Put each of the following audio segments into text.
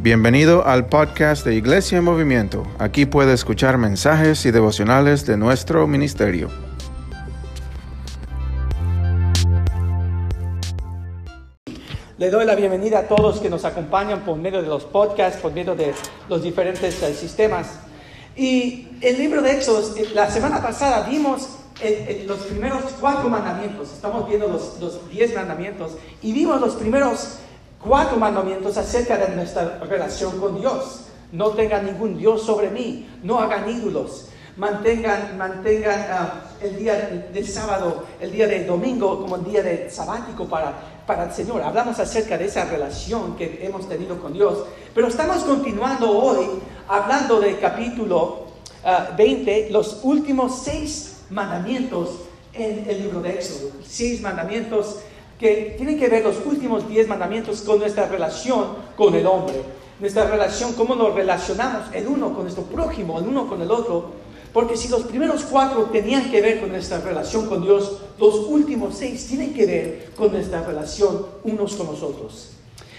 Bienvenido al podcast de Iglesia en Movimiento. Aquí puede escuchar mensajes y devocionales de nuestro ministerio. Le doy la bienvenida a todos que nos acompañan por medio de los podcasts, por medio de los diferentes sistemas. Y el libro de Éxodo, la semana pasada vimos los primeros 4 mandamientos. Estamos viendo los 10 mandamientos y vimos los primeros 4 mandamientos acerca de nuestra relación con Dios. No tengan ningún Dios sobre mí, no hagan ídolos, mantengan el día del sábado, el día del domingo como el día de sabático para el Señor. Hablamos acerca de esa relación que hemos tenido con Dios, pero estamos continuando hoy hablando del capítulo 20, los últimos 6 mandamientos en el libro de Éxodo. 6 mandamientos que tienen que ver los últimos 10 mandamientos con nuestra relación con el hombre. Nuestra relación, cómo nos relacionamos el uno con nuestro prójimo, el uno con el otro. Porque si los primeros 4 tenían que ver con nuestra relación con Dios, los últimos 6 tienen que ver con nuestra relación unos con los otros.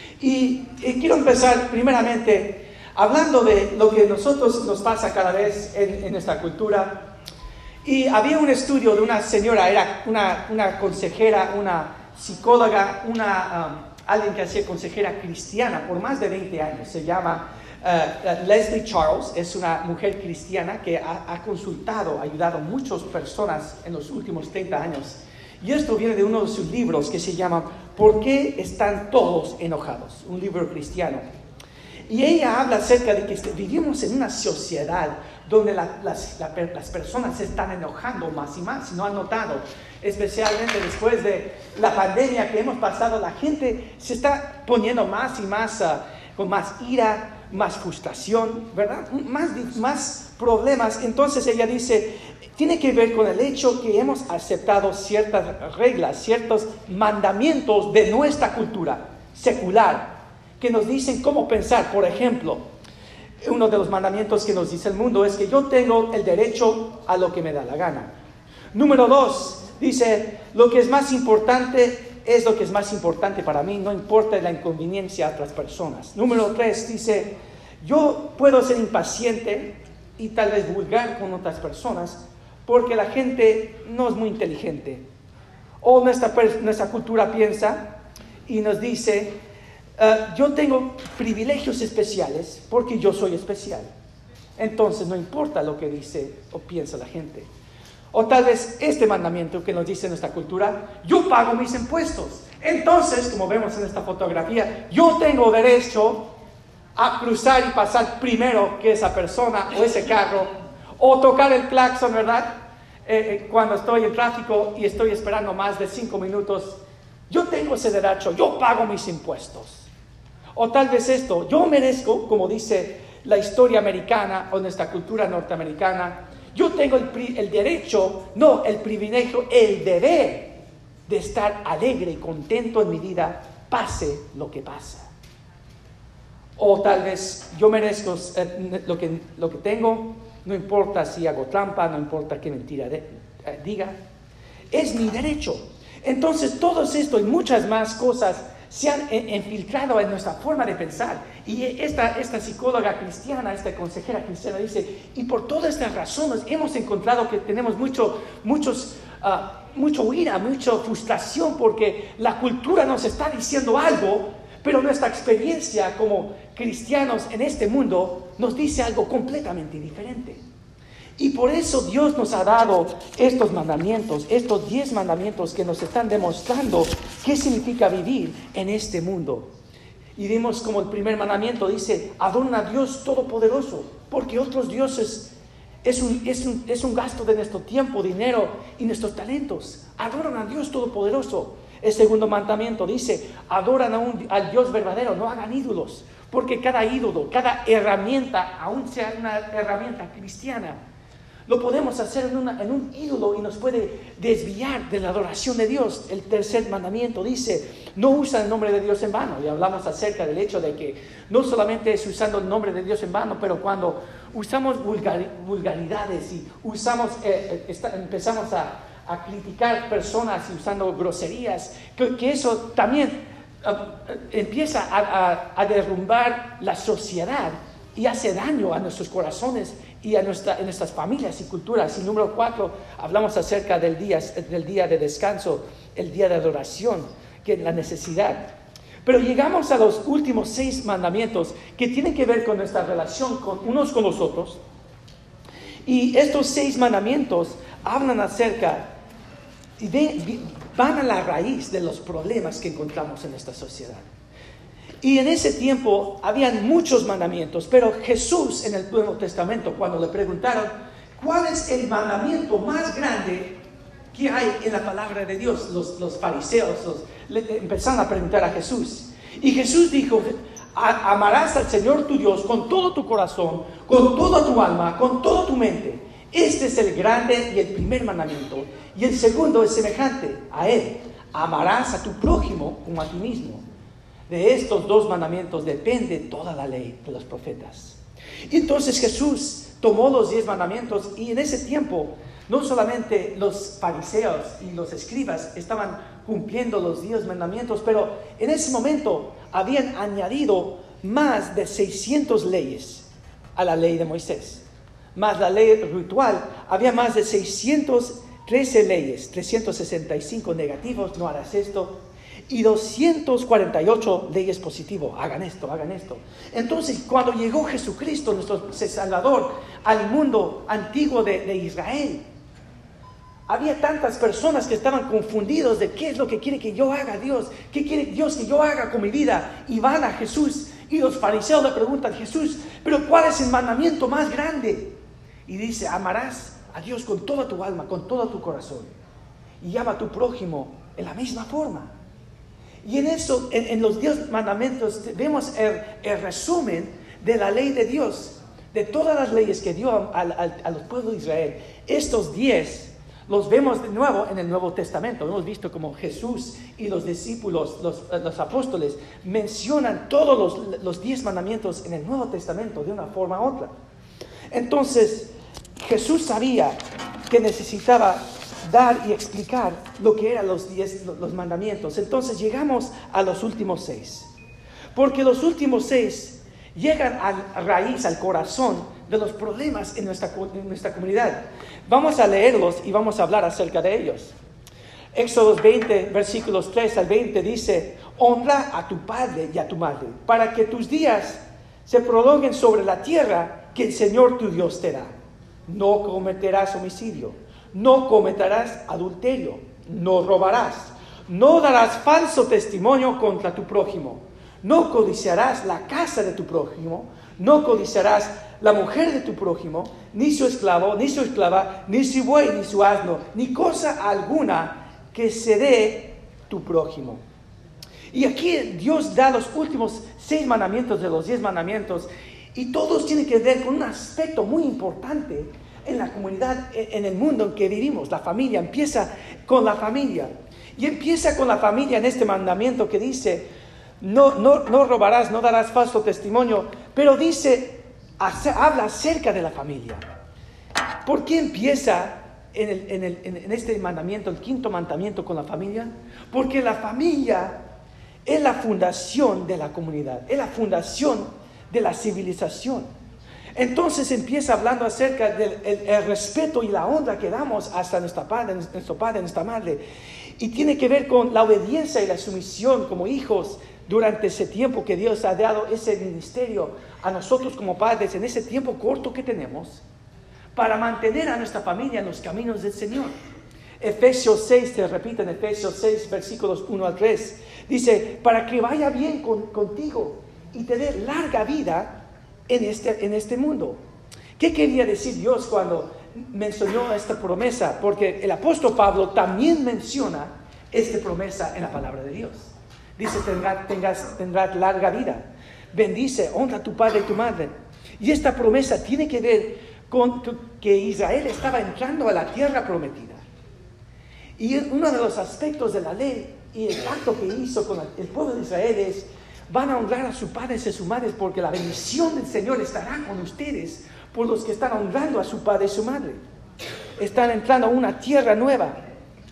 Y quiero empezar primeramente hablando de lo que nos pasa cada vez en nuestra cultura. Y había un estudio de una señora, era una consejera, una psicóloga, alguien que hacía consejera cristiana por más de 20 años. Se llama Leslie Charles. Es una mujer cristiana que ha ayudado a muchas personas en los últimos 30 años. Y esto viene de uno de sus libros que se llama ¿Por qué están todos enojados? Un libro cristiano. Y ella habla acerca de que vivimos en una sociedad donde las personas se están enojando más y más. Si no han notado, especialmente después de la pandemia que hemos pasado, la gente se está poniendo más y más con más ira, más frustración, ¿verdad? Más problemas. Entonces ella dice, tiene que ver con el hecho que hemos aceptado ciertas reglas, ciertos mandamientos de nuestra cultura secular, que nos dicen cómo pensar. Por ejemplo, uno de los mandamientos que nos dice el mundo es que yo tengo el derecho a lo que me da la gana. Número 2, dice, lo que es más importante es lo que es más importante para mí, no importa la inconveniencia a otras personas. Número 3, dice, yo puedo ser impaciente y tal vez vulgar con otras personas porque la gente no es muy inteligente. O nuestra cultura piensa y nos dice, yo tengo privilegios especiales porque yo soy especial. Entonces no importa lo que dice o piensa la gente. O tal vez este mandamiento que nos dice nuestra cultura, yo pago mis impuestos. Entonces, como vemos en esta fotografía, yo tengo derecho a cruzar y pasar primero que esa persona o ese carro, o tocar el claxon, ¿verdad? Cuando estoy en tráfico y estoy esperando más de 5 minutos, yo tengo ese derecho, yo pago mis impuestos. O tal vez esto, yo merezco, como dice la historia americana o nuestra cultura norteamericana, yo tengo el derecho, no el privilegio, el deber de estar alegre y contento en mi vida, pase lo que pasa. O tal vez yo merezco lo que tengo, no importa si hago trampa, no importa qué mentira diga, es mi derecho. Entonces todo esto y muchas más cosas se han infiltrado en nuestra forma de pensar. Y esta psicóloga cristiana, esta consejera cristiana dice, y por todas estas razones hemos encontrado que tenemos mucho ira, mucha frustración, porque la cultura nos está diciendo algo, pero nuestra experiencia como cristianos en este mundo nos dice algo completamente diferente. Y por eso Dios nos ha dado estos mandamientos, estos 10 mandamientos que nos están demostrando qué significa vivir en este mundo. Y vimos como el primer mandamiento dice, adoren a Dios Todopoderoso, porque otros dioses es un gasto de nuestro tiempo, dinero y nuestros talentos. Adoran a Dios Todopoderoso. El segundo mandamiento dice, adoran al Dios verdadero, no hagan ídolos, porque cada ídolo, cada herramienta, aun sea una herramienta cristiana, lo podemos hacer en un ídolo y nos puede desviar de la adoración de Dios. El tercer mandamiento dice, no usan el nombre de Dios en vano. Y hablamos acerca del hecho de que no solamente es usando el nombre de Dios en vano, pero cuando usamos vulgaridades y empezamos a criticar personas y usando groserías, que eso también empieza a derrumbar la sociedad y hace daño a nuestros corazones y en nuestras familias y culturas. Y número 4, hablamos acerca del día de descanso, el día de adoración, que es la necesidad. Pero llegamos a los últimos 6 mandamientos que tienen que ver con nuestra relación unos con los otros. Y estos 6 mandamientos hablan acerca y van a la raíz de los problemas que encontramos en esta sociedad. Y en ese tiempo habían muchos mandamientos, pero Jesús en el Nuevo Testamento, cuando le preguntaron cuál es el mandamiento más grande que hay en la palabra de Dios, los fariseos le empezaron a preguntar a Jesús. Y Jesús dijo: amarás al Señor tu Dios con todo tu corazón, con toda tu alma, con toda tu mente. Este es el grande y el primer mandamiento. Y el segundo es semejante a él: amarás a tu prójimo como a ti mismo. De estos 2 mandamientos depende toda la ley de los profetas. Y entonces Jesús tomó los 10 mandamientos, y en ese tiempo no solamente los fariseos y los escribas estaban cumpliendo los 10 mandamientos, pero en ese momento habían añadido más de 600 leyes a la ley de Moisés. Más la ley ritual, había más de 613 leyes, 365 negativos, no harás esto, y 248 leyes positivas, hagan esto, hagan esto. Entonces, cuando llegó Jesucristo, nuestro Salvador, al mundo antiguo de Israel, había tantas personas que estaban confundidos de qué es lo que quiere que yo haga Dios, qué quiere Dios que yo haga con mi vida, y van a Jesús, y los fariseos le preguntan a Jesús: pero ¿cuál es el mandamiento más grande? Y dice: amarás a Dios con toda tu alma, con todo tu corazón, y ama a tu prójimo en la misma forma. Y en eso, en los 10 mandamientos, vemos el resumen de la ley de Dios, de todas las leyes que dio a los pueblos de Israel. Estos 10 los vemos de nuevo en el Nuevo Testamento. Hemos visto como Jesús y los discípulos, los apóstoles, mencionan todos los 10 mandamientos en el Nuevo Testamento de una forma u otra. Entonces, Jesús sabía que necesitaba dar y explicar lo que eran los mandamientos. Entonces llegamos a los últimos 6. Porque los últimos 6 llegan a la raíz, al corazón de los problemas en nuestra comunidad. Vamos a leerlos y vamos a hablar acerca de ellos. Éxodo 20, versículos 3 al 20 dice: honra a tu padre y a tu madre, para que tus días se prolonguen sobre la tierra que el Señor tu Dios te da. No cometerás homicidio, no cometerás adulterio, no robarás, no darás falso testimonio contra tu prójimo, no codiciarás la casa de tu prójimo, no codiciarás la mujer de tu prójimo, ni su esclavo, ni su esclava, ni su buey, ni su asno, ni cosa alguna que se dé tu prójimo. Y aquí Dios da los últimos 6 mandamientos de los 10 mandamientos, y todos tienen que ver con un aspecto muy importante en la comunidad, en el mundo en que vivimos. La familia empieza con la familia. Y empieza con la familia en este mandamiento que dice: no robarás, no darás falso testimonio. Pero dice, habla acerca de la familia. ¿Por qué empieza en este mandamiento, el 5º mandamiento, con la familia? Porque la familia es la fundación de la comunidad, es la fundación de la civilización. Entonces empieza hablando acerca del el respeto y la honra que damos hasta nuestro padre, nuestra madre. Y tiene que ver con la obediencia y la sumisión como hijos durante ese tiempo que Dios ha dado ese ministerio a nosotros como padres, en ese tiempo corto que tenemos, para mantener a nuestra familia en los caminos del Señor. Efesios 6, se repite en Efesios 6, versículos 1 al 3. Dice: para que vaya bien contigo y te dé larga vida en este mundo. ¿Qué quería decir Dios cuando mencionó esta promesa? Porque el apóstol Pablo también menciona esta promesa en la palabra de Dios. Dice: tendrás larga vida. Bendice, honra a tu padre y tu madre. Y esta promesa tiene que ver con que Israel estaba entrando a la tierra prometida. Y uno de los aspectos de la ley y el pacto que hizo con el pueblo de Israel es: van a honrar a sus padres y a sus madres, porque la bendición del Señor estará con ustedes por los que están honrando a su padre y su madre. Están entrando a una tierra nueva.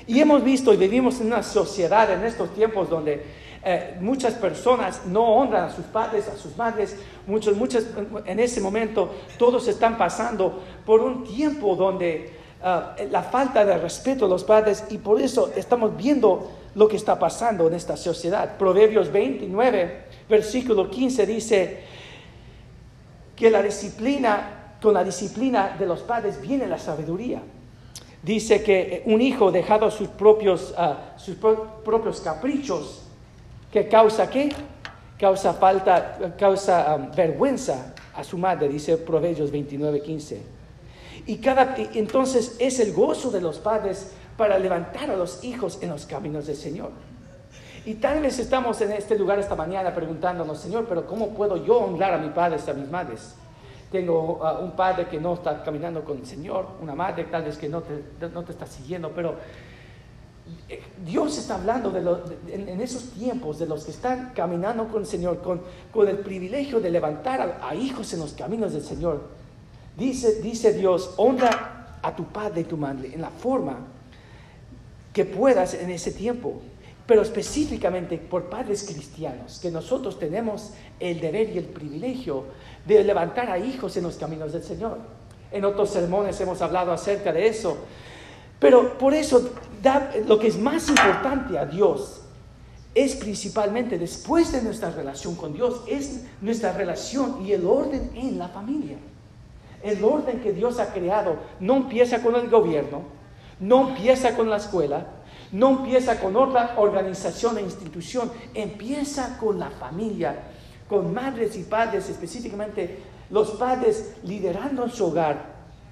Y hemos visto y vivimos en una sociedad en estos tiempos donde muchas personas no honran a sus padres, a sus madres. Muchos, en ese momento todos están pasando por un tiempo donde la falta de respeto a los padres, y por eso estamos viendo lo que está pasando en esta sociedad. Proverbios 29, versículo 15 dice que con la disciplina de los padres viene la sabiduría. Dice que un hijo dejado a sus propios caprichos, que causa ¿qué? Causa vergüenza a su madre, dice Proverbios 29, 15. Entonces es el gozo de los padres para levantar a los hijos en los caminos del Señor. Y tal vez estamos en este lugar esta mañana preguntándonos, Señor, pero ¿cómo puedo yo honrar a mis padres, a mis madres? Tengo un padre que no está caminando con el Señor, una madre tal vez que no te está siguiendo, pero Dios está hablando en esos tiempos de los que están caminando con el Señor, con el privilegio de levantar a hijos en los caminos del Señor. Dice Dios, honra a tu padre y tu madre en la forma que puedas en ese tiempo, pero específicamente por padres cristianos, que nosotros tenemos el deber y el privilegio de levantar a hijos en los caminos del Señor. En otros sermones hemos hablado acerca de eso, pero por eso lo que es más importante a Dios es principalmente, después de nuestra relación con Dios, es nuestra relación y el orden en la familia. El orden que Dios ha creado no empieza con el gobierno, no empieza con la escuela, no empieza con otra organización e institución, empieza con la familia, con madres y padres, específicamente los padres liderando en su hogar,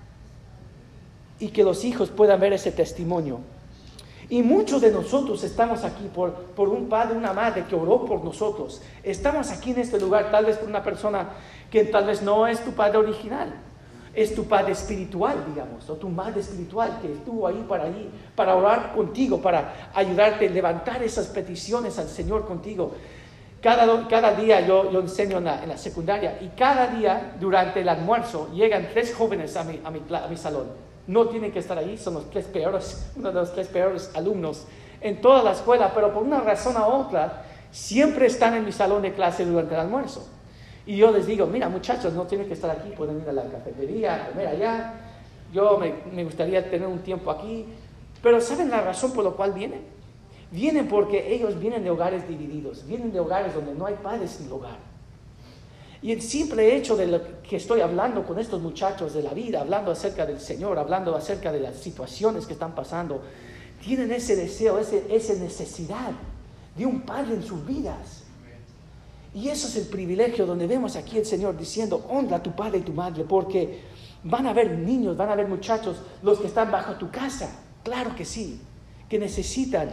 y que los hijos puedan ver ese testimonio. Y muchos de nosotros estamos aquí por un padre, una madre que oró por nosotros. Estamos aquí en este lugar tal vez por una persona que tal vez no es tu padre original, es tu padre espiritual, digamos, o tu madre espiritual que estuvo ahí para orar contigo, para ayudarte a levantar esas peticiones al Señor contigo. Cada día yo enseño en la secundaria, y cada día durante el almuerzo llegan 3 jóvenes a mi salón. No tienen que estar ahí, son uno de los 3 peores alumnos en toda la escuela, pero por una razón u otra siempre están en mi salón de clase durante el almuerzo. Y yo les digo, mira muchachos, no tienen que estar aquí, pueden ir a la cafetería, comer allá. Yo me gustaría tener un tiempo aquí. Pero ¿saben la razón por la cual vienen? Vienen porque ellos vienen de hogares divididos, vienen de hogares donde no hay padres en el hogar. Y el simple hecho de lo que estoy hablando con estos muchachos de la vida, hablando acerca del Señor, hablando acerca de las situaciones que están pasando, tienen ese deseo, esa necesidad de un padre en sus vidas. Y eso es el privilegio donde vemos aquí el Señor diciendo, honra a tu padre y tu madre, porque van a haber niños, van a haber muchachos, los que están bajo tu casa, claro que sí, que necesitan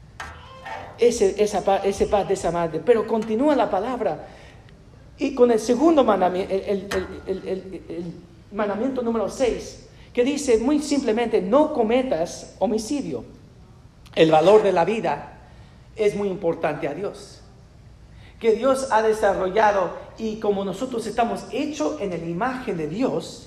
ese padre, esa madre. Pero continúa la palabra, y con el segundo mandamiento, el mandamiento número 6, que dice muy simplemente, no cometas homicidio. El valor de la vida es muy importante a Dios, que Dios ha desarrollado, y como nosotros estamos hechos en la imagen de Dios,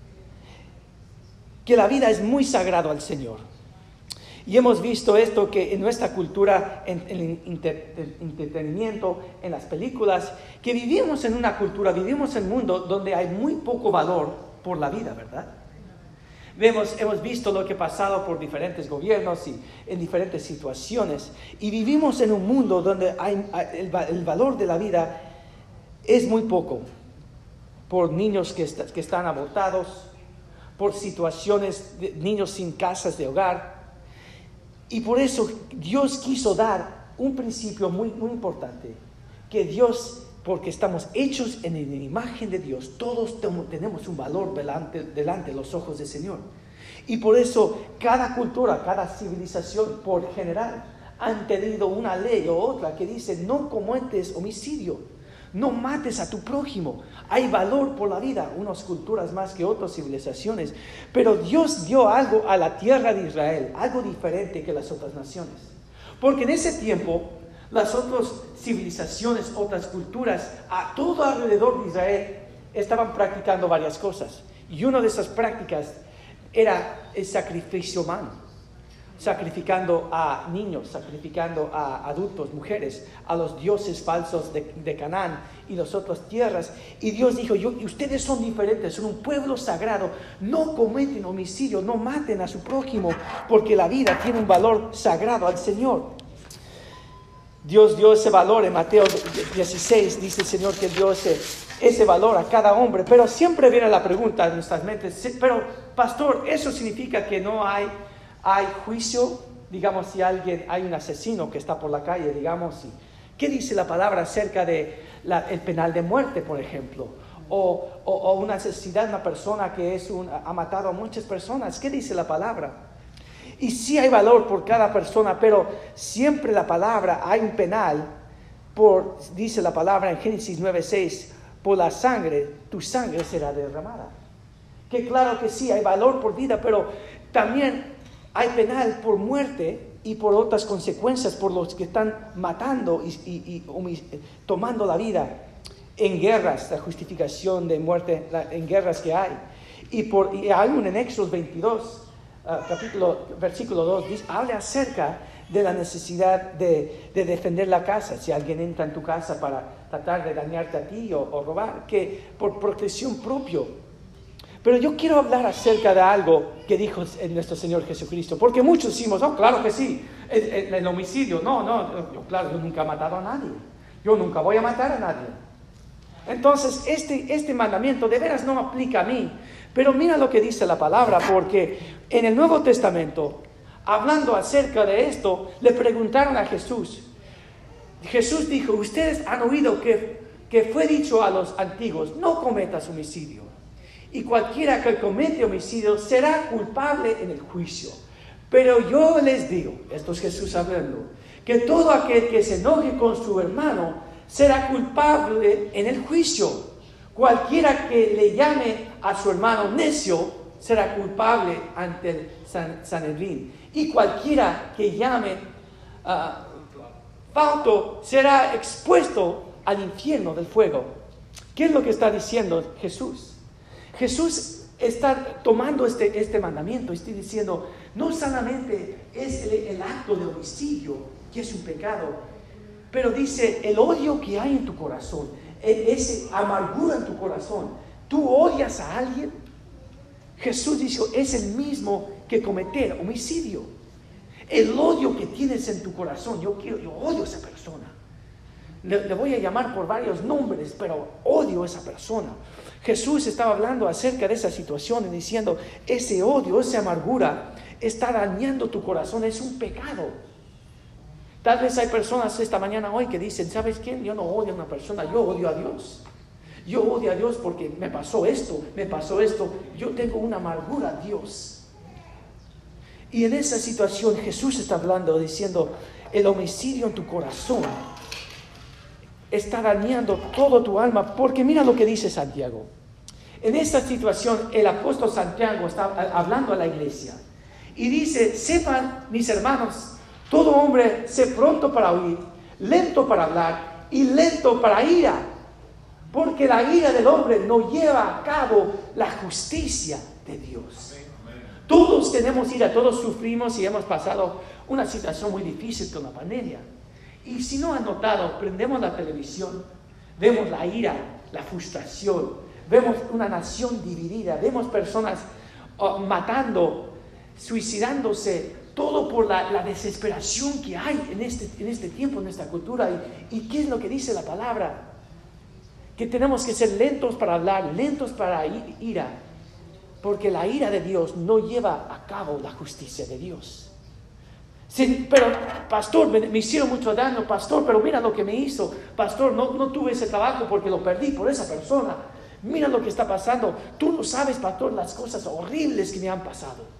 que la vida es muy sagrado al Señor. Y hemos visto esto, que en nuestra cultura, en el entretenimiento, en las películas, que vivimos en una cultura, vivimos en un mundo donde hay muy poco valor por la vida, ¿verdad? Hemos visto lo que ha pasado por diferentes gobiernos y en diferentes situaciones, y vivimos en un mundo donde el valor de la vida es muy poco, por niños que están abortados, por situaciones de niños sin casas de hogar. Y por eso Dios quiso dar un principio muy, muy importante, que Dios, porque estamos hechos en la imagen de Dios, todos tenemos un valor delante de los ojos del Señor. Y por eso cada cultura, cada civilización por general han tenido una ley o otra que dice, no cometes homicidio, no mates a tu prójimo. Hay valor por la vida, unas culturas más que otras civilizaciones, pero Dios dio algo a la tierra de Israel, algo diferente que las otras naciones. Porque en ese tiempo, las otras civilizaciones, otras culturas, a todo alrededor de Israel, estaban practicando varias cosas. Y una de esas prácticas era el sacrificio humano. sacrificando a niños, sacrificando a adultos, mujeres, a los dioses falsos de Canaán y las otras tierras. Y Dios dijo, ustedes son diferentes, son un pueblo sagrado, no cometen homicidio, no maten a su prójimo, porque la vida tiene un valor sagrado al Señor. Dios dio ese valor en Mateo 16, dice el Señor que dio ese valor a cada hombre. Pero siempre viene la pregunta en nuestras mentes, pero pastor, ¿eso significa que no hay juicio? Digamos, si hay un asesino que está por la calle, digamos, ¿qué dice la palabra acerca de el penal de muerte, por ejemplo? O una necesidad, una persona que ha matado a muchas personas, ¿qué dice la palabra? Y sí hay valor por cada persona, pero siempre la palabra, hay un penal, dice la palabra en Génesis 9:6, por la sangre, tu sangre será derramada. Que claro que sí, hay valor por vida, pero también hay penal por muerte y por otras consecuencias, por los que están matando y tomando la vida en guerras, la justificación de muerte en guerras que hay. Y hay en Éxodo 22, versículo 2, habla acerca de la necesidad de defender la casa. Si alguien entra en tu casa para tratar de dañarte a ti o robar, que por protección propia. Pero yo quiero hablar acerca de algo que dijo nuestro Señor Jesucristo, porque muchos decimos, claro que sí, el homicidio, yo nunca he matado a nadie, yo nunca voy a matar a nadie. Entonces, este mandamiento de veras no aplica a mí. Pero mira lo que dice la palabra, porque en el Nuevo Testamento, hablando acerca de esto, le preguntaron a Jesús. Jesús dijo, ustedes han oído que fue dicho a los antiguos, no cometas homicidio. Y cualquiera que comete homicidio será culpable en el juicio. Pero yo les digo, esto es Jesús hablando, que todo aquel que se enoje con su hermano será culpable en el juicio. Cualquiera que le llame a su hermano necio será culpable ante el Sanedrín. Y cualquiera que llame falto será expuesto al infierno del fuego. ¿Qué es lo que está diciendo Jesús? Jesús está tomando este mandamiento y está diciendo, no solamente es el acto de homicidio, que es un pecado, pero dice el odio que hay en tu corazón, esa amargura en tu corazón. ¿Tú odias a alguien? Jesús dijo, es el mismo que cometer homicidio. El odio que tienes en tu corazón, yo odio a esa persona. Le voy a llamar por varios nombres, pero odio a esa persona. Jesús estaba hablando acerca de esa situación y diciendo, ese odio, esa amargura está dañando tu corazón, es un pecado. Tal vez hay personas esta mañana hoy que dicen, ¿sabes quién? Yo no odio a una persona, yo odio a Dios. Yo odio a Dios porque me pasó esto. Yo tengo una amargura a Dios. Y en esa situación Jesús está hablando, diciendo, el homicidio en tu corazón está dañando todo tu alma, porque mira lo que dice Santiago. En esta situación el apóstol Santiago está hablando a la iglesia y dice, sepan mis hermanos, todo hombre sé pronto para oír, lento para hablar y lento para ira, porque la ira del hombre no lleva a cabo la justicia de Dios. Todos tenemos ira, todos sufrimos y hemos pasado una situación muy difícil con la pandemia. Y si no han notado, prendemos la televisión, vemos la ira, la frustración, vemos una nación dividida, vemos personas matando, suicidándose, todo por la desesperación que hay en este tiempo, en esta cultura. ¿Y qué es lo que dice la palabra? Que tenemos que ser lentos para hablar, lentos para ira, porque la ira de Dios no lleva a cabo la justicia de Dios. Sí, pero pastor, me hicieron mucho daño, pastor, pero mira lo que me hizo, pastor, no tuve ese trabajo porque lo perdí por esa persona, mira lo que está pasando, tú no sabes, pastor, las cosas horribles que me han pasado.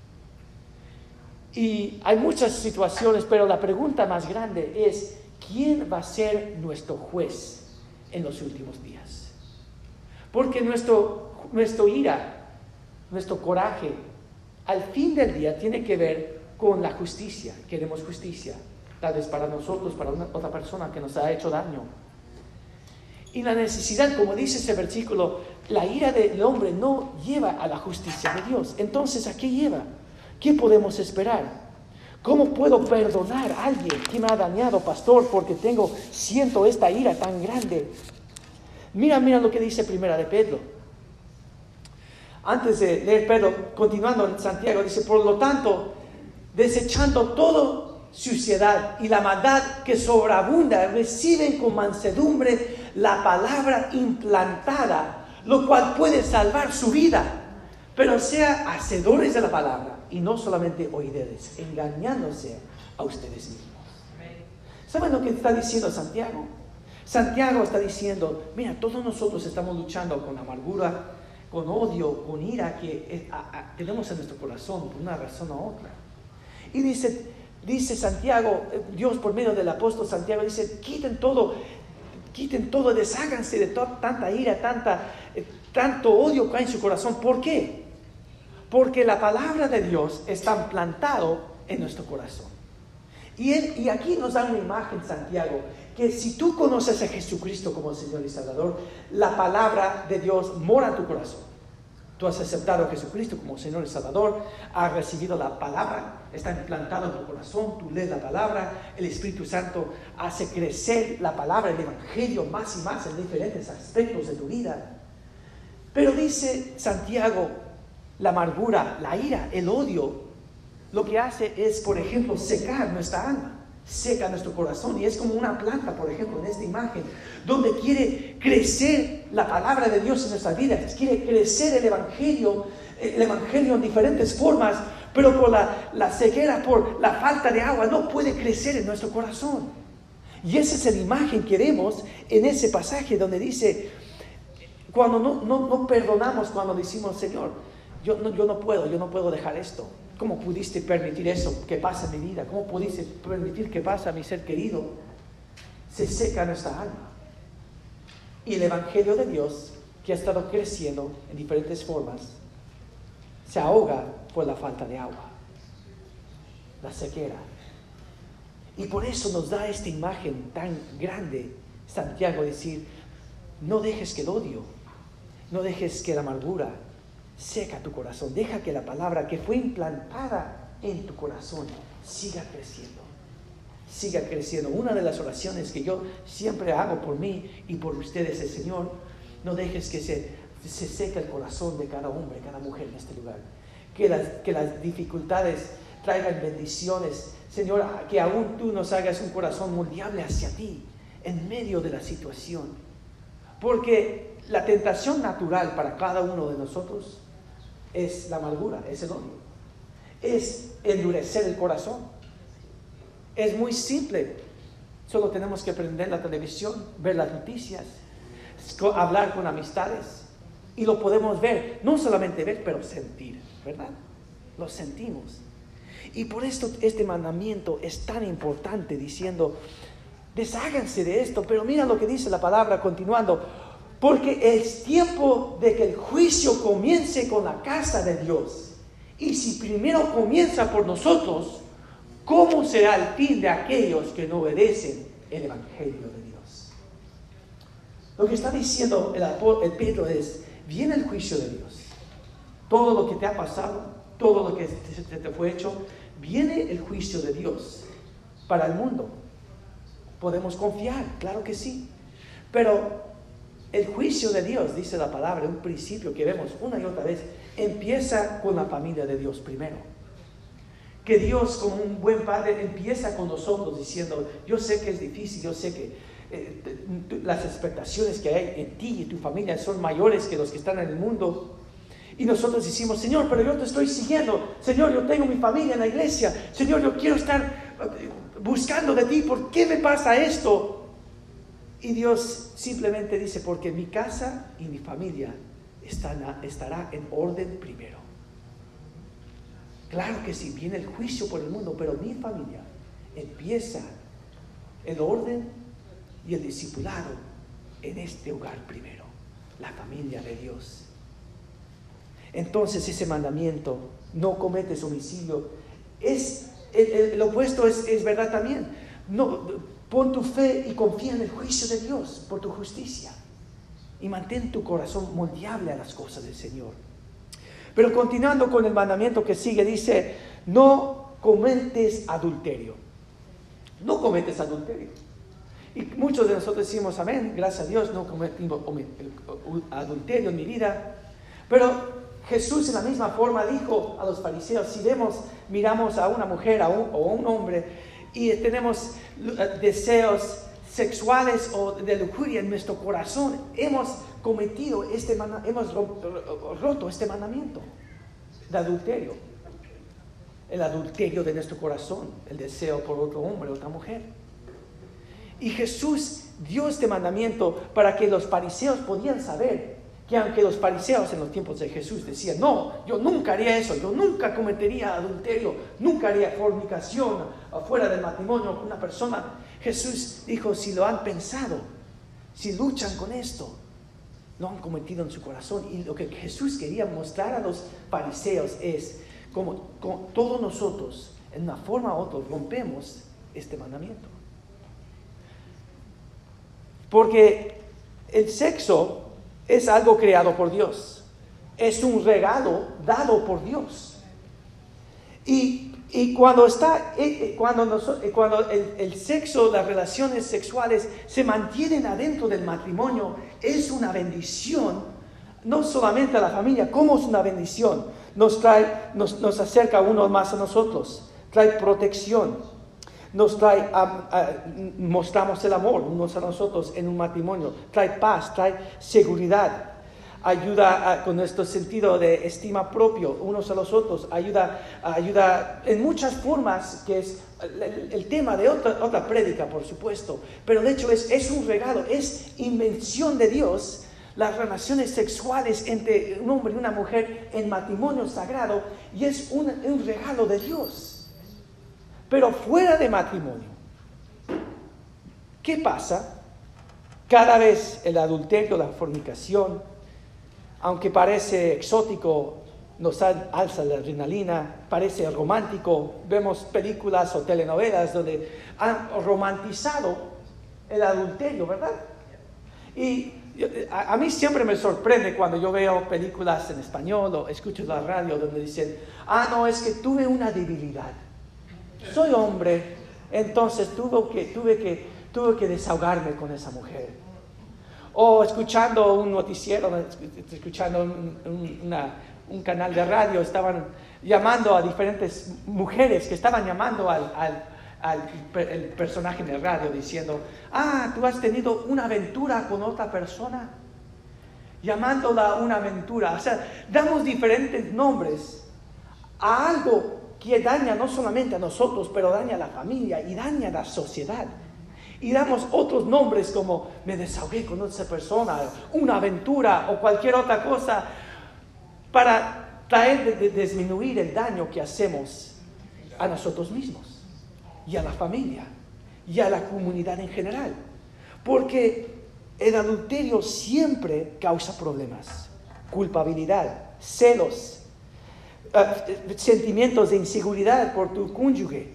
Y hay muchas situaciones, pero la pregunta más grande es, ¿quién va a ser nuestro juez en los últimos días? Porque nuestro ira, nuestro coraje, al fin del día tiene que ver con la justicia. Queremos justicia, tal vez para nosotros, para otra persona que nos ha hecho daño. Y la necesidad, como dice ese versículo, la ira del hombre no lleva a la justicia de Dios. Entonces, ¿a qué lleva? ¿Qué podemos esperar? ¿Cómo puedo perdonar a alguien que me ha dañado, pastor, porque siento esta ira tan grande? Mira lo que dice Primera de Pedro. Antes de leer Pedro, continuando en Santiago, dice, por lo tanto, desechando toda suciedad y la maldad que sobreabunda, reciben con mansedumbre la palabra implantada, lo cual puede salvar su vida. Pero sea hacedores de la palabra y no solamente oidores, engañándose a ustedes mismos. ¿Saben lo que está diciendo Santiago? Santiago está diciendo, mira, todos nosotros estamos luchando con amargura, con odio, con ira que tenemos en nuestro corazón por una razón u otra. Y dice Santiago, Dios por medio del apóstol Santiago dice, quiten todo, desháganse de tanta ira, tanto odio que hay en su corazón. ¿Por qué? Porque la palabra de Dios está implantado en nuestro corazón. Y aquí nos da una imagen Santiago, que si tú conoces a Jesucristo como Señor y Salvador, la palabra de Dios mora en tu corazón. Tú has aceptado a Jesucristo como Señor y Salvador, has recibido la palabra, está implantado en tu corazón, tú lees la palabra, el Espíritu Santo hace crecer la palabra, el Evangelio más y más en diferentes aspectos de tu vida. Pero dice Santiago, la amargura, la ira, el odio, lo que hace es, por ejemplo, secar nuestra alma, seca nuestro corazón, y es como una planta, por ejemplo, en esta imagen, donde quiere crecer la palabra de Dios en nuestras vidas, quiere crecer el Evangelio en diferentes formas, pero por la ceguera, por la falta de agua, no puede crecer en nuestro corazón. Y esa es la imagen que vemos en ese pasaje donde dice, cuando no perdonamos, cuando decimos, Señor, yo no puedo dejar esto. ¿Cómo pudiste permitir eso que pasa en mi vida? ¿Cómo pudiste permitir que pase a mi ser querido? Se seca nuestra alma. Y el Evangelio de Dios, que ha estado creciendo en diferentes formas, se ahoga por la falta de agua, la sequera. Y por eso nos da esta imagen tan grande, Santiago, decir, no dejes que el odio, no dejes que la amargura seca tu corazón. Deja que la palabra que fue implantada en tu corazón siga creciendo. Siga creciendo. Una de las oraciones que yo siempre hago por mí y por ustedes es, Señor, no dejes que se seque el corazón de cada hombre, cada mujer en este lugar. Que las dificultades traigan bendiciones. Señor, que aún tú nos hagas un corazón moldeable hacia ti en medio de la situación. Porque la tentación natural para cada uno de nosotros es la amargura, es el odio, es endurecer el corazón. Es muy simple, solo tenemos que prender la televisión, ver las noticias, hablar con amistades, y lo podemos ver, no solamente ver, pero sentir, ¿verdad? Lo sentimos. Y por esto este mandamiento es tan importante, diciendo, desháganse de esto. Pero mira lo que dice la palabra continuando, porque es tiempo de que el juicio comience con la casa de Dios. Y si primero comienza por nosotros, ¿cómo será el fin de aquellos que no obedecen el Evangelio de Dios? Lo que está diciendo el Pedro es, viene el juicio de Dios. Todo lo que te ha pasado, todo lo que te fue hecho, viene el juicio de Dios para el mundo. Podemos confiar, claro que sí. Pero el juicio de Dios, dice la palabra, un principio que vemos una y otra vez, empieza con la familia de Dios primero. Que Dios, como un buen padre, empieza con nosotros diciendo, yo sé que es difícil, yo sé que las expectaciones que hay en ti y tu familia son mayores que los que están en el mundo. Y nosotros decimos, Señor, pero yo te estoy siguiendo. Señor, yo tengo mi familia en la iglesia. Señor, yo quiero estar buscando de ti. ¿Por qué me pasa esto? Y Dios simplemente dice, porque mi casa y mi familia estará en orden primero. Claro que sí, viene el juicio por el mundo, pero mi familia empieza el orden y el discipulado en este hogar primero, la familia de Dios. Entonces ese mandamiento, no cometes homicidio, es el opuesto es verdad también. No, pon tu fe y confía en el juicio de Dios por tu justicia. Y mantén tu corazón moldeable a las cosas del Señor. Pero continuando con el mandamiento que sigue, dice, no cometes adulterio. No cometes adulterio. Y muchos de nosotros decimos, amén, gracias a Dios, no cometí adulterio en mi vida. Pero Jesús en la misma forma dijo a los fariseos, si miramos a una mujer o a un hombre y tenemos deseos sexuales o de lujuria en nuestro corazón, hemos roto este mandamiento de adulterio. El adulterio de nuestro corazón, el deseo por otro hombre o otra mujer. Y Jesús dio este mandamiento para que los fariseos podían saber que aunque los fariseos en los tiempos de Jesús decían, no, yo nunca haría eso, yo nunca cometería adulterio, nunca haría fornicación afuera del matrimonio con una persona. Jesús dijo, si lo han pensado, si luchan con esto, lo han cometido en su corazón. Y lo que Jesús quería mostrar a los fariseos es como todos nosotros, en una forma u otra, rompemos este mandamiento. Porque el sexo es algo creado por Dios. Es un regalo dado por Dios. Y cuando el sexo, las relaciones sexuales se mantienen adentro del matrimonio, es una bendición, no solamente a la familia, como es una bendición. Nos acerca uno más a nosotros, trae protección. Mostramos el amor unos a nosotros en un matrimonio, trae paz, trae seguridad, ayuda con nuestro sentido de estima propio unos a los otros, ayuda en muchas formas, que es el tema de otra prédica, por supuesto, pero de hecho es un regalo, es invención de Dios. Las relaciones sexuales entre un hombre y una mujer en matrimonio sagrado, y es un regalo de Dios. Pero fuera de matrimonio, ¿qué pasa? Cada vez el adulterio, la fornicación, aunque parece exótico, nos alza la adrenalina, parece romántico. Vemos películas o telenovelas donde han romantizado el adulterio, ¿verdad? Y a mí siempre me sorprende cuando yo veo películas en español o escucho la radio donde dicen, no, es que tuve una debilidad. Soy hombre, entonces tuve que desahogarme con esa mujer. O escuchando un noticiero, escuchando un canal de radio, estaban llamando a diferentes mujeres que estaban llamando al personaje en el radio diciendo, tú has tenido una aventura con otra persona, llamándola una aventura. O sea, damos diferentes nombres a algo que daña no solamente a nosotros, pero daña a la familia y daña a la sociedad. Y damos otros nombres como me desahogué con esa persona, una aventura o cualquier otra cosa, para traer de disminuir el daño que hacemos a nosotros mismos y a la familia y a la comunidad en general. Porque el adulterio siempre causa problemas, culpabilidad, celos, sentimientos de inseguridad por tu cónyuge,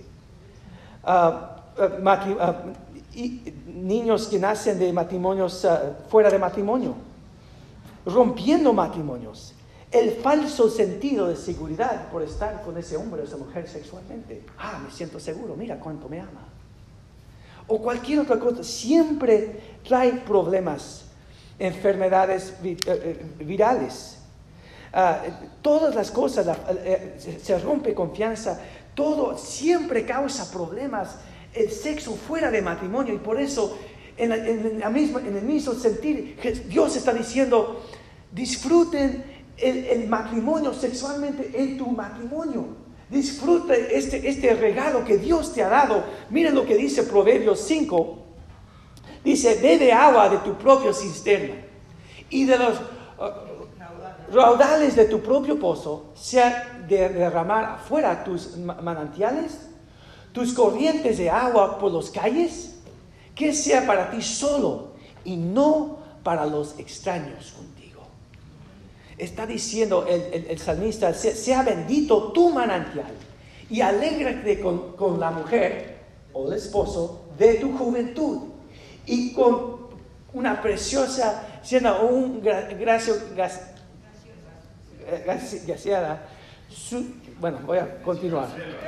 y niños que nacen de matrimonios fuera de matrimonio, rompiendo matrimonios, el falso sentido de seguridad por estar con ese hombre o esa mujer sexualmente. Me siento seguro, mira cuánto me ama. O cualquier otra cosa, siempre trae problemas, enfermedades virales. Todas las cosas, se rompe confianza, todo siempre causa problemas, el sexo fuera de matrimonio. Y por eso en el mismo sentir, Dios está diciendo, disfruten el matrimonio sexualmente en tu matrimonio. Disfruta este regalo que Dios te ha dado. Miren lo que dice Proverbios 5. Dice, bebe agua de tu propio cisterna y de los raudales de tu propio pozo, sea de derramar afuera tus manantiales, tus corrientes de agua por las calles, que sea para ti solo y no para los extraños contigo. Está diciendo el salmista, sea bendito tu manantial y alégrate con la mujer o el esposo de tu juventud y con una preciosa, graciosa, Bueno, voy a continuar.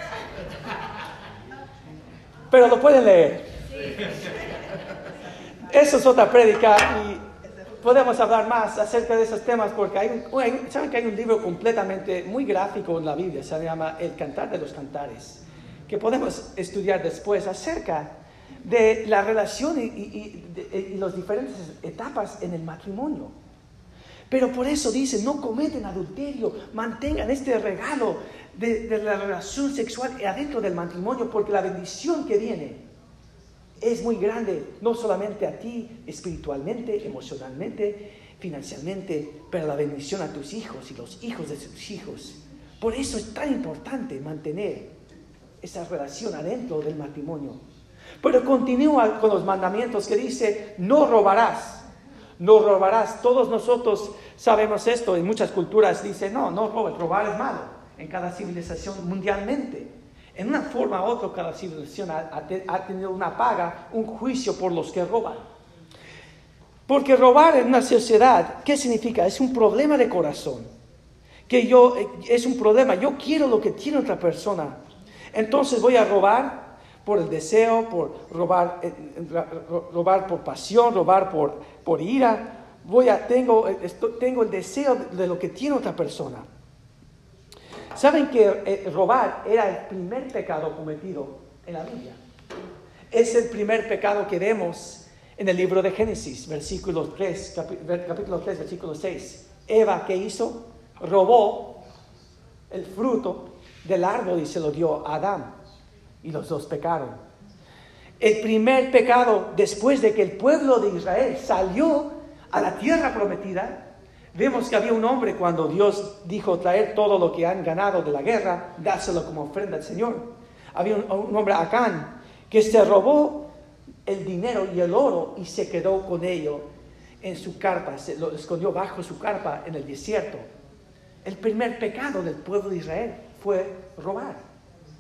Pero lo pueden leer. Eso es otra prédica y podemos hablar más acerca de esos temas porque saben que hay un libro completamente muy gráfico en la Biblia, se llama El Cantar de los Cantares, que podemos estudiar después acerca de la relación y las diferentes etapas en el matrimonio. Pero por eso dice, no cometen adulterio, mantengan este regalo de la relación sexual adentro del matrimonio, porque la bendición que viene es muy grande, no solamente a ti espiritualmente, emocionalmente, financieramente, pero la bendición a tus hijos y los hijos de tus hijos. Por eso es tan importante mantener esa relación adentro del matrimonio. Pero continúa con los mandamientos que dice, no robarás. No robarás. Todos nosotros sabemos esto. En muchas culturas dice, no robes. Robar es malo. En cada civilización mundialmente. En una forma u otra, cada civilización ha tenido una paga, un juicio por los que roban. Porque robar en una sociedad, ¿qué significa? Es un problema de corazón. Es un problema. Yo quiero lo que tiene otra persona. Entonces voy a robar por el deseo, por robar por pasión, robar por ira. Tengo el deseo de lo que tiene otra persona. ¿Saben que robar era el primer pecado cometido en la Biblia? Es el primer pecado que vemos en el libro de Génesis, capítulo 3, versículo 6. Eva, ¿qué hizo? Robó el fruto del árbol y se lo dio a Adán. Y los dos pecaron. El primer pecado, después de que el pueblo de Israel salió a la tierra prometida, vemos que había un hombre cuando Dios dijo traer todo lo que han ganado de la guerra, dárselo como ofrenda al Señor. Había un hombre, Acán, que se robó el dinero y el oro y se quedó con ello en su carpa, se lo escondió bajo su carpa en el desierto. El primer pecado del pueblo de Israel fue robar.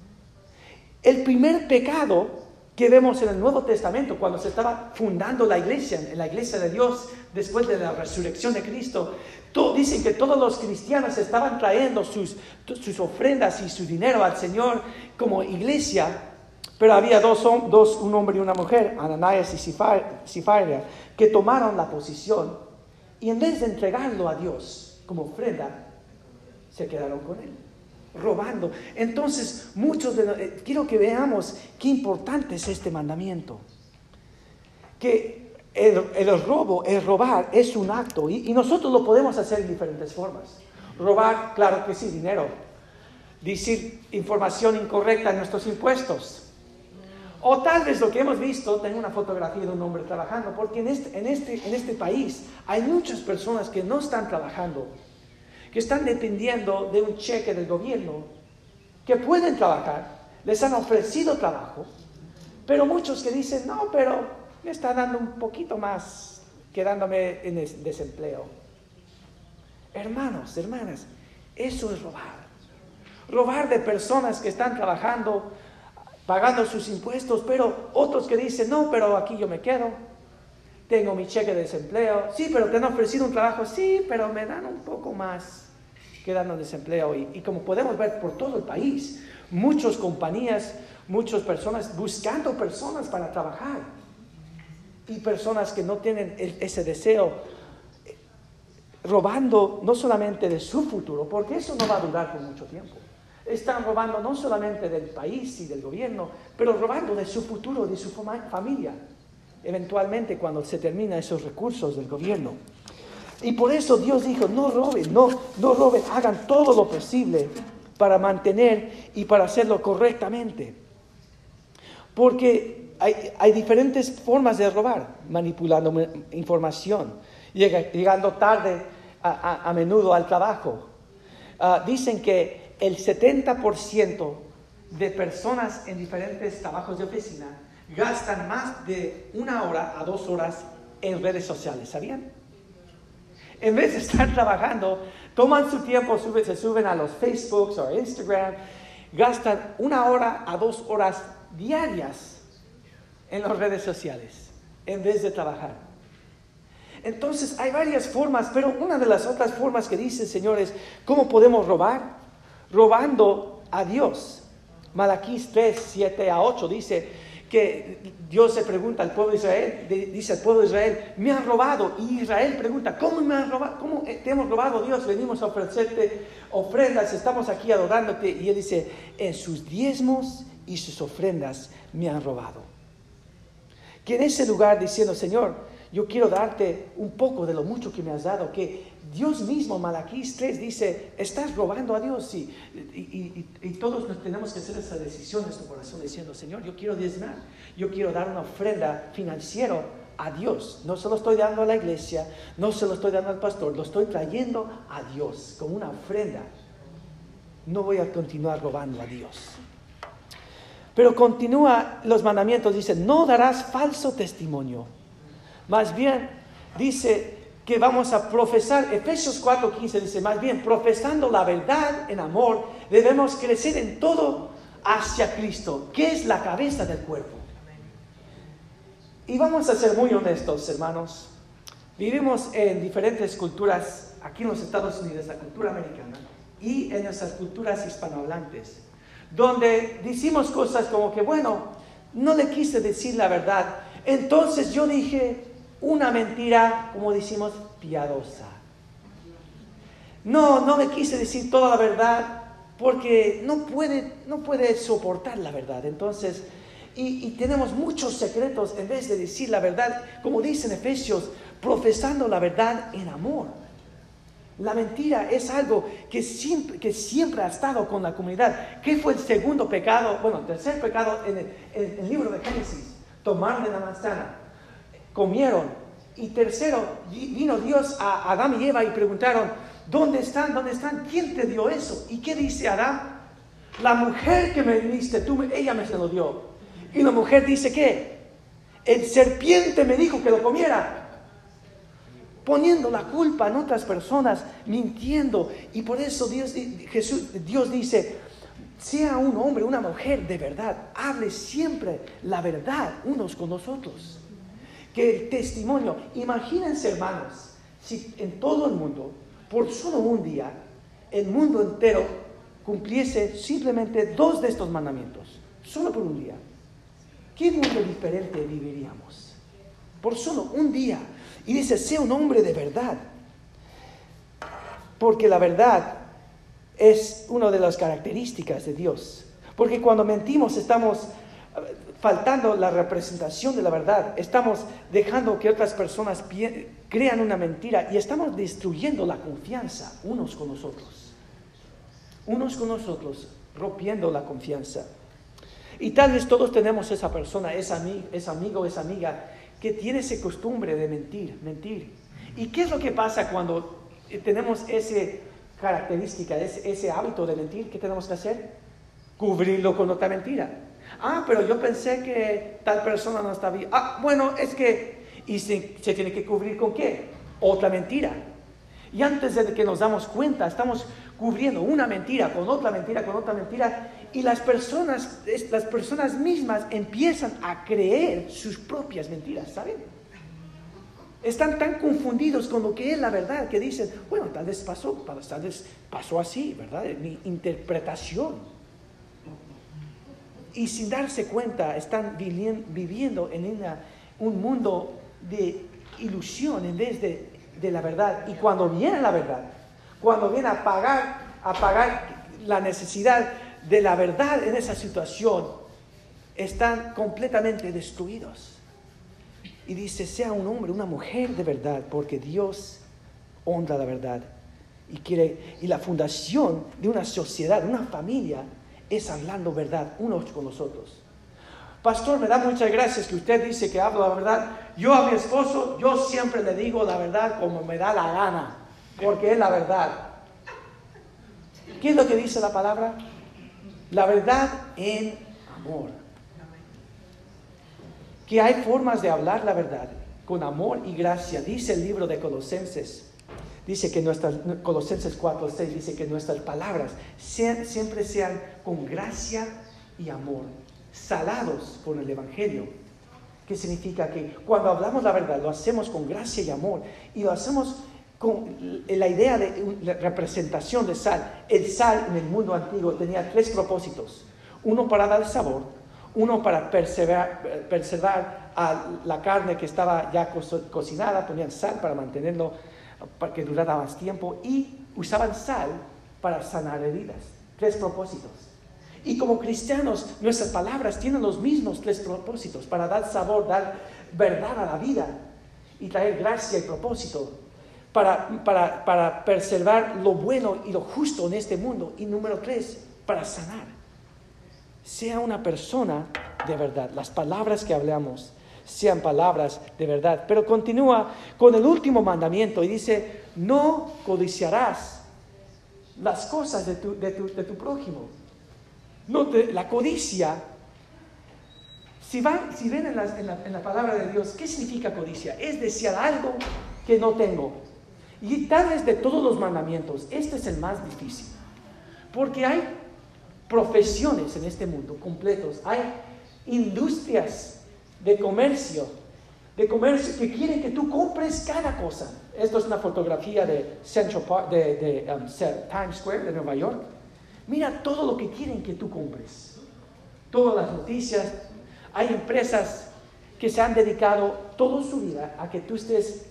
El primer pecado que vemos en el Nuevo Testamento, cuando se estaba fundando la iglesia, en la iglesia de Dios, después de la resurrección de Cristo, dicen que todos los cristianos estaban trayendo sus ofrendas y su dinero al Señor como iglesia, pero había un hombre y una mujer, Ananías y Zafira, que tomaron la posición y en vez de entregarlo a Dios como ofrenda, se quedaron con él, robando. Entonces, quiero que veamos qué importante es este mandamiento. Que el robar es un acto y nosotros lo podemos hacer en diferentes formas. Robar, claro que sí, dinero. Decir información incorrecta en nuestros impuestos. O tal vez lo que hemos visto, tengo una fotografía de un hombre trabajando, porque en este país hay muchas personas que no están trabajando, que están dependiendo de un cheque del gobierno, que pueden trabajar, les han ofrecido trabajo, pero muchos que dicen, no, pero me está dando un poquito más quedándome en el desempleo. Hermanos, hermanas, eso es robar. Robar de personas que están trabajando, pagando sus impuestos, pero otros que dicen, no, pero aquí yo me quedo, tengo mi cheque de desempleo, sí, pero te han ofrecido un trabajo, sí, pero me dan un poco más quedando en desempleo. Y como podemos ver por todo el país, muchas compañías, muchas personas buscando personas para trabajar, y personas que no tienen ese deseo, robando no solamente de su futuro, porque eso no va a durar por mucho tiempo. Están robando no solamente del país y del gobierno, pero robando de su futuro, de su familia, eventualmente cuando se terminan esos recursos del gobierno. Y por eso Dios dijo, no roben, no roben, hagan todo lo posible para mantener y para hacerlo correctamente. Porque hay diferentes formas de robar: manipulando información, llegando tarde a menudo al trabajo. Dicen que el 70% de personas en diferentes trabajos de oficina gastan más de 1 hora a 2 horas en redes sociales, ¿sabían? En vez de estar trabajando, toman su tiempo, se suben a los Facebooks o Instagram, gastan 1 hora a 2 horas diarias en las redes sociales, en vez de trabajar. Entonces hay varias formas, pero una de las otras formas que dice el Señor es, ¿cómo podemos robar? robando a Dios. Malaquías 3, 7 a 8 dice que Dios se pregunta al pueblo de Israel, dice al pueblo de Israel, me han robado. Y Israel pregunta, ¿cómo me han robado? ¿Cómo te hemos robado, Dios? Venimos a ofrecerte ofrendas, estamos aquí adorándote. Y él dice, en sus diezmos y sus ofrendas me han robado. Que en ese lugar diciendo, Señor, yo quiero darte un poco de lo mucho que me has dado, que Dios mismo, Malaquías 3 dice, estás robando a Dios. Y todos nos tenemos que hacer esa decisión en nuestro corazón diciendo, Señor, yo quiero diezmar, yo quiero dar una ofrenda financiera a Dios. No se lo estoy dando a la iglesia, no se lo estoy dando al pastor, lo estoy trayendo a Dios como una ofrenda. No voy a continuar robando a Dios. Pero continúa los mandamientos, dice, no darás falso testimonio. Más bien, dice que vamos a profesar, Efesios 4:15 dice, más bien, profesando la verdad en amor, debemos crecer en todo hacia Cristo, que es la cabeza del cuerpo. Y vamos a ser muy honestos, hermanos. Vivimos en diferentes culturas, aquí en los Estados Unidos, la cultura americana, y en nuestras culturas hispanohablantes, donde decimos cosas como que, bueno, no le quise decir la verdad, entonces yo dije una mentira, como decimos, piadosa. No le quise decir toda la verdad porque no puede soportar la verdad. Entonces, y tenemos muchos secretos en vez de decir la verdad, como dice en Efesios, profesando la verdad en amor. La mentira es algo que siempre ha estado con la comunidad. ¿Qué fue el segundo pecado? Bueno, el tercer pecado en el libro de Génesis. Tomaron de la manzana, comieron. Y tercero, vino Dios a Adán y Eva y preguntaron, ¿dónde están? ¿Dónde están? ¿Quién te dio eso? ¿Y qué dice Adán? La mujer que me diste tú, ella me se lo dio. Y la mujer dice, ¿qué? El serpiente me dijo que lo comiera. Poniendo la culpa en otras personas, mintiendo. Y por eso Dios dice, sea un hombre, una mujer de verdad, hable siempre la verdad unos con los otros. Que el testimonio, imagínense hermanos, si en todo el mundo, por solo un día, el mundo entero cumpliese simplemente 2 de estos mandamientos, solo por un día, ¿qué mundo diferente viviríamos? Por solo un día. Y dice, sea un hombre de verdad. Porque la verdad es una de las características de Dios. Porque cuando mentimos estamos faltando la representación de la verdad. Estamos dejando que otras personas crean una mentira y estamos destruyendo la confianza unos con los otros. Unos con los otros, rompiendo la confianza. Y tal vez todos tenemos esa persona, ese amigo, esa amiga que tiene esa costumbre de mentir. ¿Y qué es lo que pasa cuando tenemos esa característica, ese hábito de mentir? ¿Qué tenemos que hacer? Cubrirlo con otra mentira. Pero yo pensé que tal persona no está bien. Bueno, es que... ¿Y se tiene que cubrir con qué? Otra mentira. Y antes de que nos damos cuenta, estamos cubriendo una mentira con otra mentira, con otra mentira. Y las personas mismas empiezan a creer sus propias mentiras, ¿saben? Están tan confundidos con lo que es la verdad que dicen, bueno, tal vez pasó así, ¿verdad? Mi interpretación. Y sin darse cuenta, están viviendo en un mundo de ilusión en vez de la verdad. Y cuando viene la verdad, cuando viene a pagar la necesidad de la verdad en esa situación, están completamente destruidos. Y dice, sea un hombre, una mujer de verdad, porque Dios honra la verdad. Y la fundación de una sociedad, de una familia, es hablando verdad unos con los otros. Pastor, me da muchas gracias que usted dice que hablo la verdad. Yo a mi esposo, yo siempre le digo la verdad como me da la gana, porque es la verdad. ¿Qué es lo que dice la palabra? La verdad en amor. Que hay formas de hablar la verdad con amor y gracia. Dice el libro de Colosenses. Dice que Colosenses 4:6 dice que nuestras palabras siempre sean con gracia y amor, salados con el Evangelio. ¿Qué significa? Que cuando hablamos la verdad lo hacemos con gracia y amor, y lo hacemos con la idea de la representación de sal. El sal en el mundo antiguo tenía 3 propósitos. Uno para dar sabor, uno para preservar a la carne que estaba ya cocinada, ponían sal para mantenerlo, para que durara más tiempo, y usaban sal para sanar heridas. 3 propósitos. Y como cristianos, nuestras palabras tienen los mismos 3 propósitos, para dar sabor, dar verdad a la vida y traer gracia y propósito, para preservar lo bueno y lo justo en este mundo. Y número 3, para sanar. Sea una persona de verdad. Las palabras que hablamos sean palabras de verdad. Pero continúa con el último mandamiento y dice, no codiciarás las cosas de tu prójimo. La codicia, si ven en la palabra de Dios, ¿qué significa codicia? Es desear algo que no tengo. Y tal vez de todos los mandamientos, este es el más difícil. Porque hay profesiones en este mundo completos, hay industrias de comercio que quieren que tú compres cada cosa. Esto es una fotografía de Central Park, de Times Square de Nueva York. Mira todo lo que quieren que tú compres. Todas las noticias. Hay empresas que se han dedicado toda su vida a que tú estés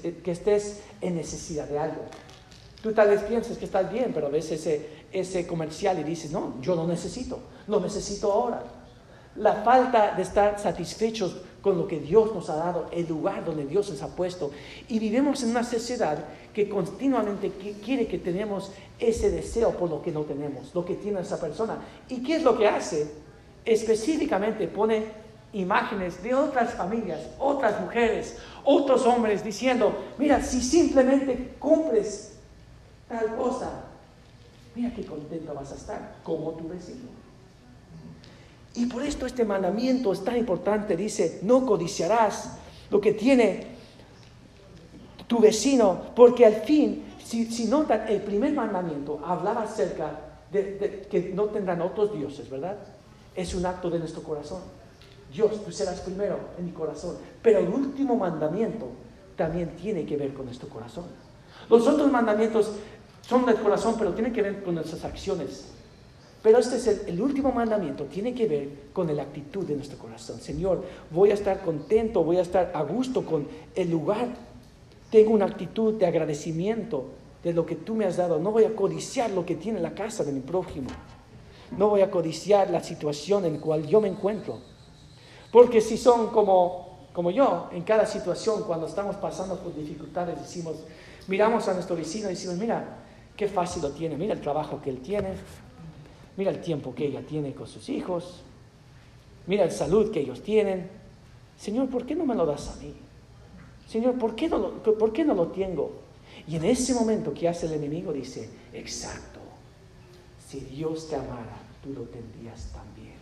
en necesidad de algo. Tú tal vez piensas que estás bien, pero ves ese comercial y dices, no, yo lo necesito ahora. La falta de estar satisfechos con lo que Dios nos ha dado, el lugar donde Dios nos ha puesto. Y vivimos en una sociedad que continuamente quiere que tenemos ese deseo por lo que no tenemos, lo que tiene esa persona. ¿Y qué es lo que hace? Específicamente pone imágenes de otras familias, otras mujeres, otros hombres diciendo, mira, si simplemente compres tal cosa, mira qué contento vas a estar, como tu vecino. Y por esto este mandamiento es tan importante. Dice, no codiciarás lo que tiene tu vecino, porque al fin, si notan, el primer mandamiento hablaba acerca de que no tendrán otros dioses, ¿verdad? Es un acto de nuestro corazón. Dios, tú serás primero en mi corazón. Pero el último mandamiento también tiene que ver con nuestro corazón. Los otros mandamientos son del corazón, pero tienen que ver con nuestras acciones. Pero este es el último mandamiento, tiene que ver con la actitud de nuestro corazón. Señor, voy a estar contento, voy a estar a gusto con el lugar. Tengo una actitud de agradecimiento de lo que tú me has dado. No voy a codiciar lo que tiene la casa de mi prójimo. No voy a codiciar la situación en la cual yo me encuentro. Porque si son como yo, en cada situación, cuando estamos pasando por dificultades, miramos a nuestro vecino y decimos, mira, qué fácil lo tiene, mira el trabajo que él tiene. Mira el tiempo que ella tiene con sus hijos. Mira la salud que ellos tienen. Señor, ¿por qué no me lo das a mí? Señor, ¿por qué no lo tengo? Y en ese momento, ¿qué hace el enemigo? Dice, exacto. Si Dios te amara, tú lo tendrías también.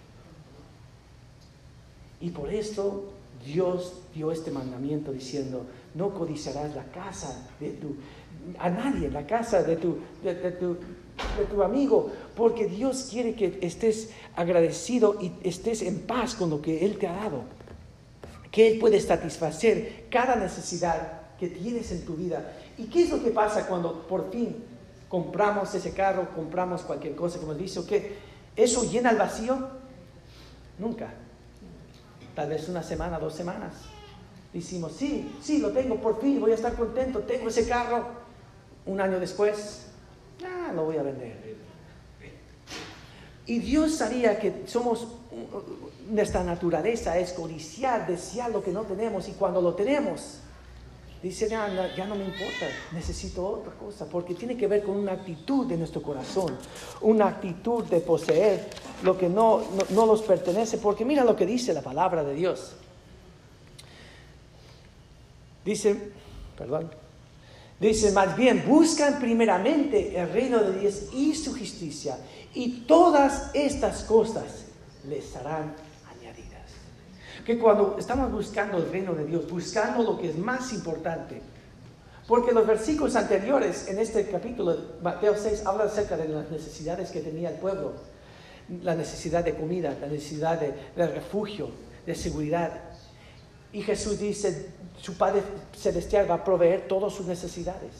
Y por esto Dios dio este mandamiento diciendo, no codiciarás la casa a nadie, la casa de tu amigo, porque Dios quiere que estés agradecido y estés en paz con lo que Él te ha dado, que Él puede satisfacer cada necesidad que tienes en tu vida. ¿Y qué es lo que pasa cuando por fin compramos ese carro, compramos cualquier cosa, como dice, que eso llena el vacío? Nunca. Tal vez una semana, 2 semanas. Decimos, sí, lo tengo, por fin voy a estar contento, tengo ese carro. Un año después, lo voy a vender. Y Dios sabía que nuestra naturaleza es codiciar, desear lo que no tenemos, y cuando lo tenemos, dice, ya no me importa, necesito otra cosa, porque tiene que ver con una actitud de nuestro corazón, una actitud de poseer lo que no nos pertenece, porque mira lo que dice la palabra de Dios. Dice, más bien, buscan primeramente el reino de Dios y su justicia, y todas estas cosas les serán añadidas. Que cuando estamos buscando el reino de Dios, buscando lo que es más importante, porque los versículos anteriores en este capítulo, Mateo 6, hablan acerca de las necesidades que tenía el pueblo, la necesidad de comida, la necesidad de refugio, de seguridad. Y Jesús dice, su Padre Celestial va a proveer todas sus necesidades.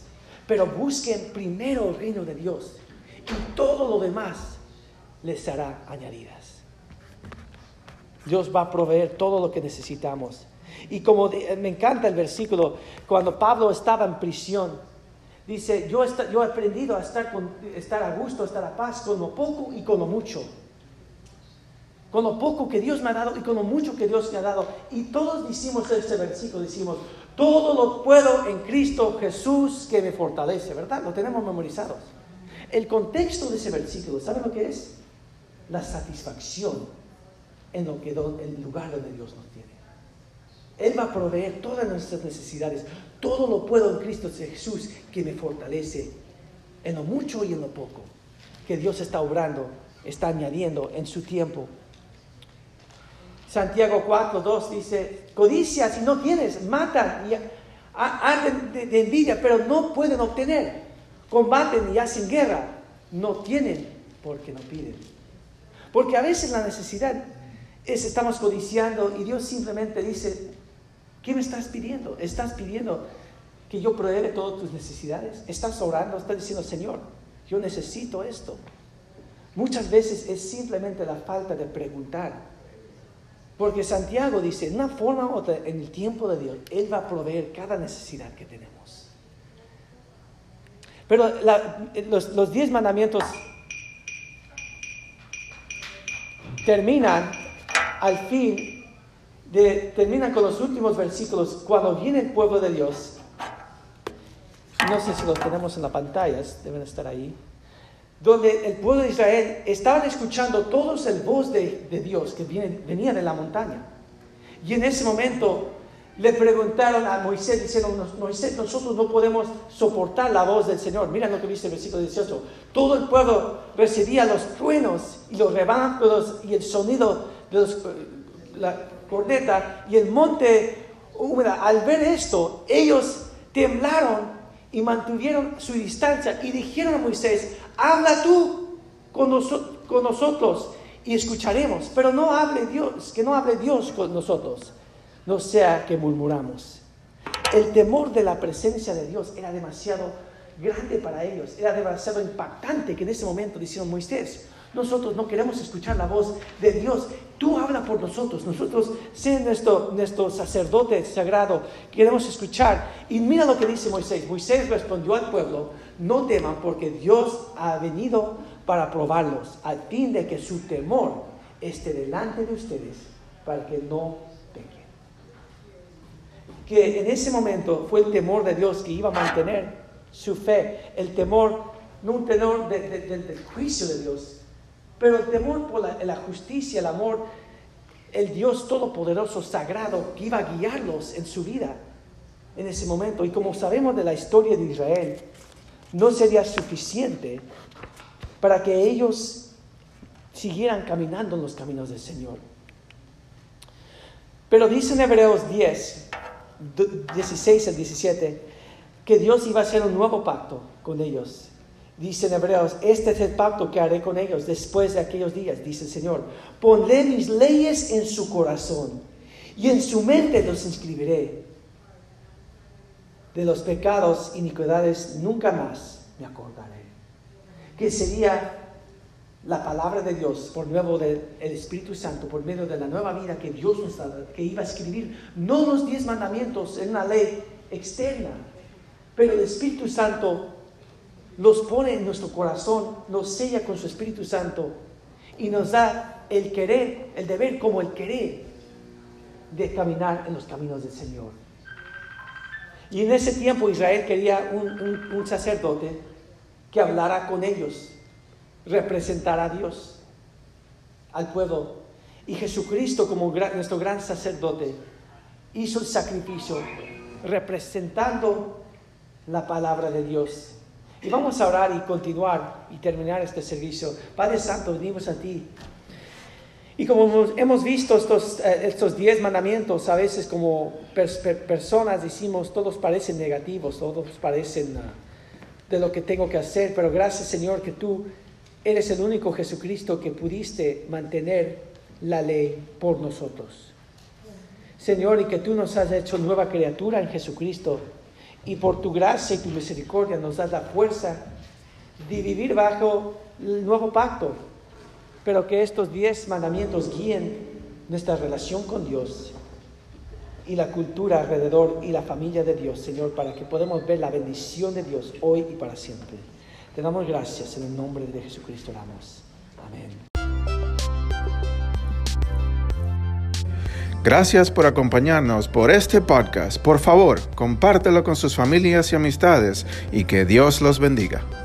Pero busquen primero el reino de Dios y todo lo demás les será añadidas. Dios va a proveer todo lo que necesitamos. Y como me encanta el versículo, cuando Pablo estaba en prisión, dice, yo he aprendido a estar a gusto, a estar a paz con lo poco y con lo mucho. Con lo poco que Dios me ha dado y con lo mucho que Dios me ha dado. Y todos decimos este versículo, decimos, todo lo puedo en Cristo Jesús que me fortalece, ¿verdad? Lo tenemos memorizados. El contexto de ese versículo, ¿saben lo que es? La satisfacción en el lugar donde Dios nos tiene. Él va a proveer todas nuestras necesidades. Todo lo puedo en Cristo Jesús que me fortalece en lo mucho y en lo poco que Dios está obrando, está añadiendo en su tiempo. Santiago 4:2 dice, codicias y no tienes, matan y arden de envidia, pero no pueden obtener. Combaten y hacen guerra, no tienen porque no piden. Porque a veces la necesidad es, estamos codiciando y Dios simplemente dice, ¿qué me estás pidiendo? ¿Estás pidiendo que yo provee todas tus necesidades? ¿Estás orando? ¿Estás diciendo, Señor, yo necesito esto? Muchas veces es simplemente la falta de preguntar. Porque Santiago dice, de una forma u otra, en el tiempo de Dios, Él va a proveer cada necesidad que tenemos. Pero los 10 mandamientos terminan terminan con los últimos versículos, cuando viene el pueblo de Dios. No sé si los tenemos en las pantallas, deben estar ahí. Donde el pueblo de Israel estaban escuchando todos el voz de Dios que venía de la montaña. Y en ese momento le preguntaron a Moisés, diciendo, Moisés, nosotros no podemos soportar la voz del Señor. Mira lo que dice el versículo 18. Todo el pueblo recibía los truenos y los relámpagos y el sonido de la corneta y el monte húmedo. Al ver esto, ellos temblaron y mantuvieron su distancia y dijeron a Moisés, habla tú con nosotros y escucharemos, pero no hable Dios con nosotros, no sea que murmuramos. El temor de la presencia de Dios era demasiado grande para ellos, era demasiado impactante, que en ese momento dijeron, Moisés, nosotros no queremos escuchar la voz de Dios, tú habla por nosotros, sé nuestro sacerdote sagrado, queremos escuchar. Y mira lo que dice Moisés. Moisés respondió al pueblo, no teman, porque Dios ha venido para probarlos, al fin de que su temor esté delante de ustedes, para que no pequen. Que en ese momento fue el temor de Dios que iba a mantener su fe, el temor, no un temor del juicio de Dios, pero el temor por la justicia, el amor, el Dios todopoderoso, sagrado, que iba a guiarlos en su vida en ese momento. Y como sabemos de la historia de Israel, no sería suficiente para que ellos siguieran caminando en los caminos del Señor. Pero dice en Hebreos 10, 16 al 17, que Dios iba a hacer un nuevo pacto con ellos. Dice en Hebreos, este es el pacto que haré con ellos después de aquellos días, dice el Señor. Pondré mis leyes en su corazón y en su mente los inscribiré. De los pecados, iniquidades, nunca más me acordaré. Que sería la palabra de Dios por medio del Espíritu Santo, por medio de la nueva vida que Dios nos da, que iba a escribir, no los 10 mandamientos en una ley externa, pero el Espíritu Santo los pone en nuestro corazón, nos sella con su Espíritu Santo y nos da el querer, el deber como el querer de caminar en los caminos del Señor. Y en ese tiempo Israel quería un sacerdote que hablara con ellos, representara a Dios, al pueblo. Y Jesucristo, como nuestro gran sacerdote, hizo el sacrificio representando la palabra de Dios. Y vamos a orar y continuar y terminar este servicio. Padre Santo, venimos a ti. Y como hemos visto estos 10 mandamientos, a veces como personas decimos, todos parecen negativos, todos parecen de lo que tengo que hacer. Pero gracias, Señor, que tú eres el único Jesucristo que pudiste mantener la ley por nosotros. Señor, y que tú nos has hecho nueva criatura en Jesucristo. Y por tu gracia y tu misericordia nos das la fuerza de vivir bajo el nuevo pacto. Pero que estos 10 mandamientos guíen nuestra relación con Dios y la cultura alrededor y la familia de Dios, Señor, para que podamos ver la bendición de Dios hoy y para siempre. Te damos gracias en el nombre de Jesucristo oramos. Amén. Gracias por acompañarnos por este podcast. Por favor, compártelo con sus familias y amistades y que Dios los bendiga.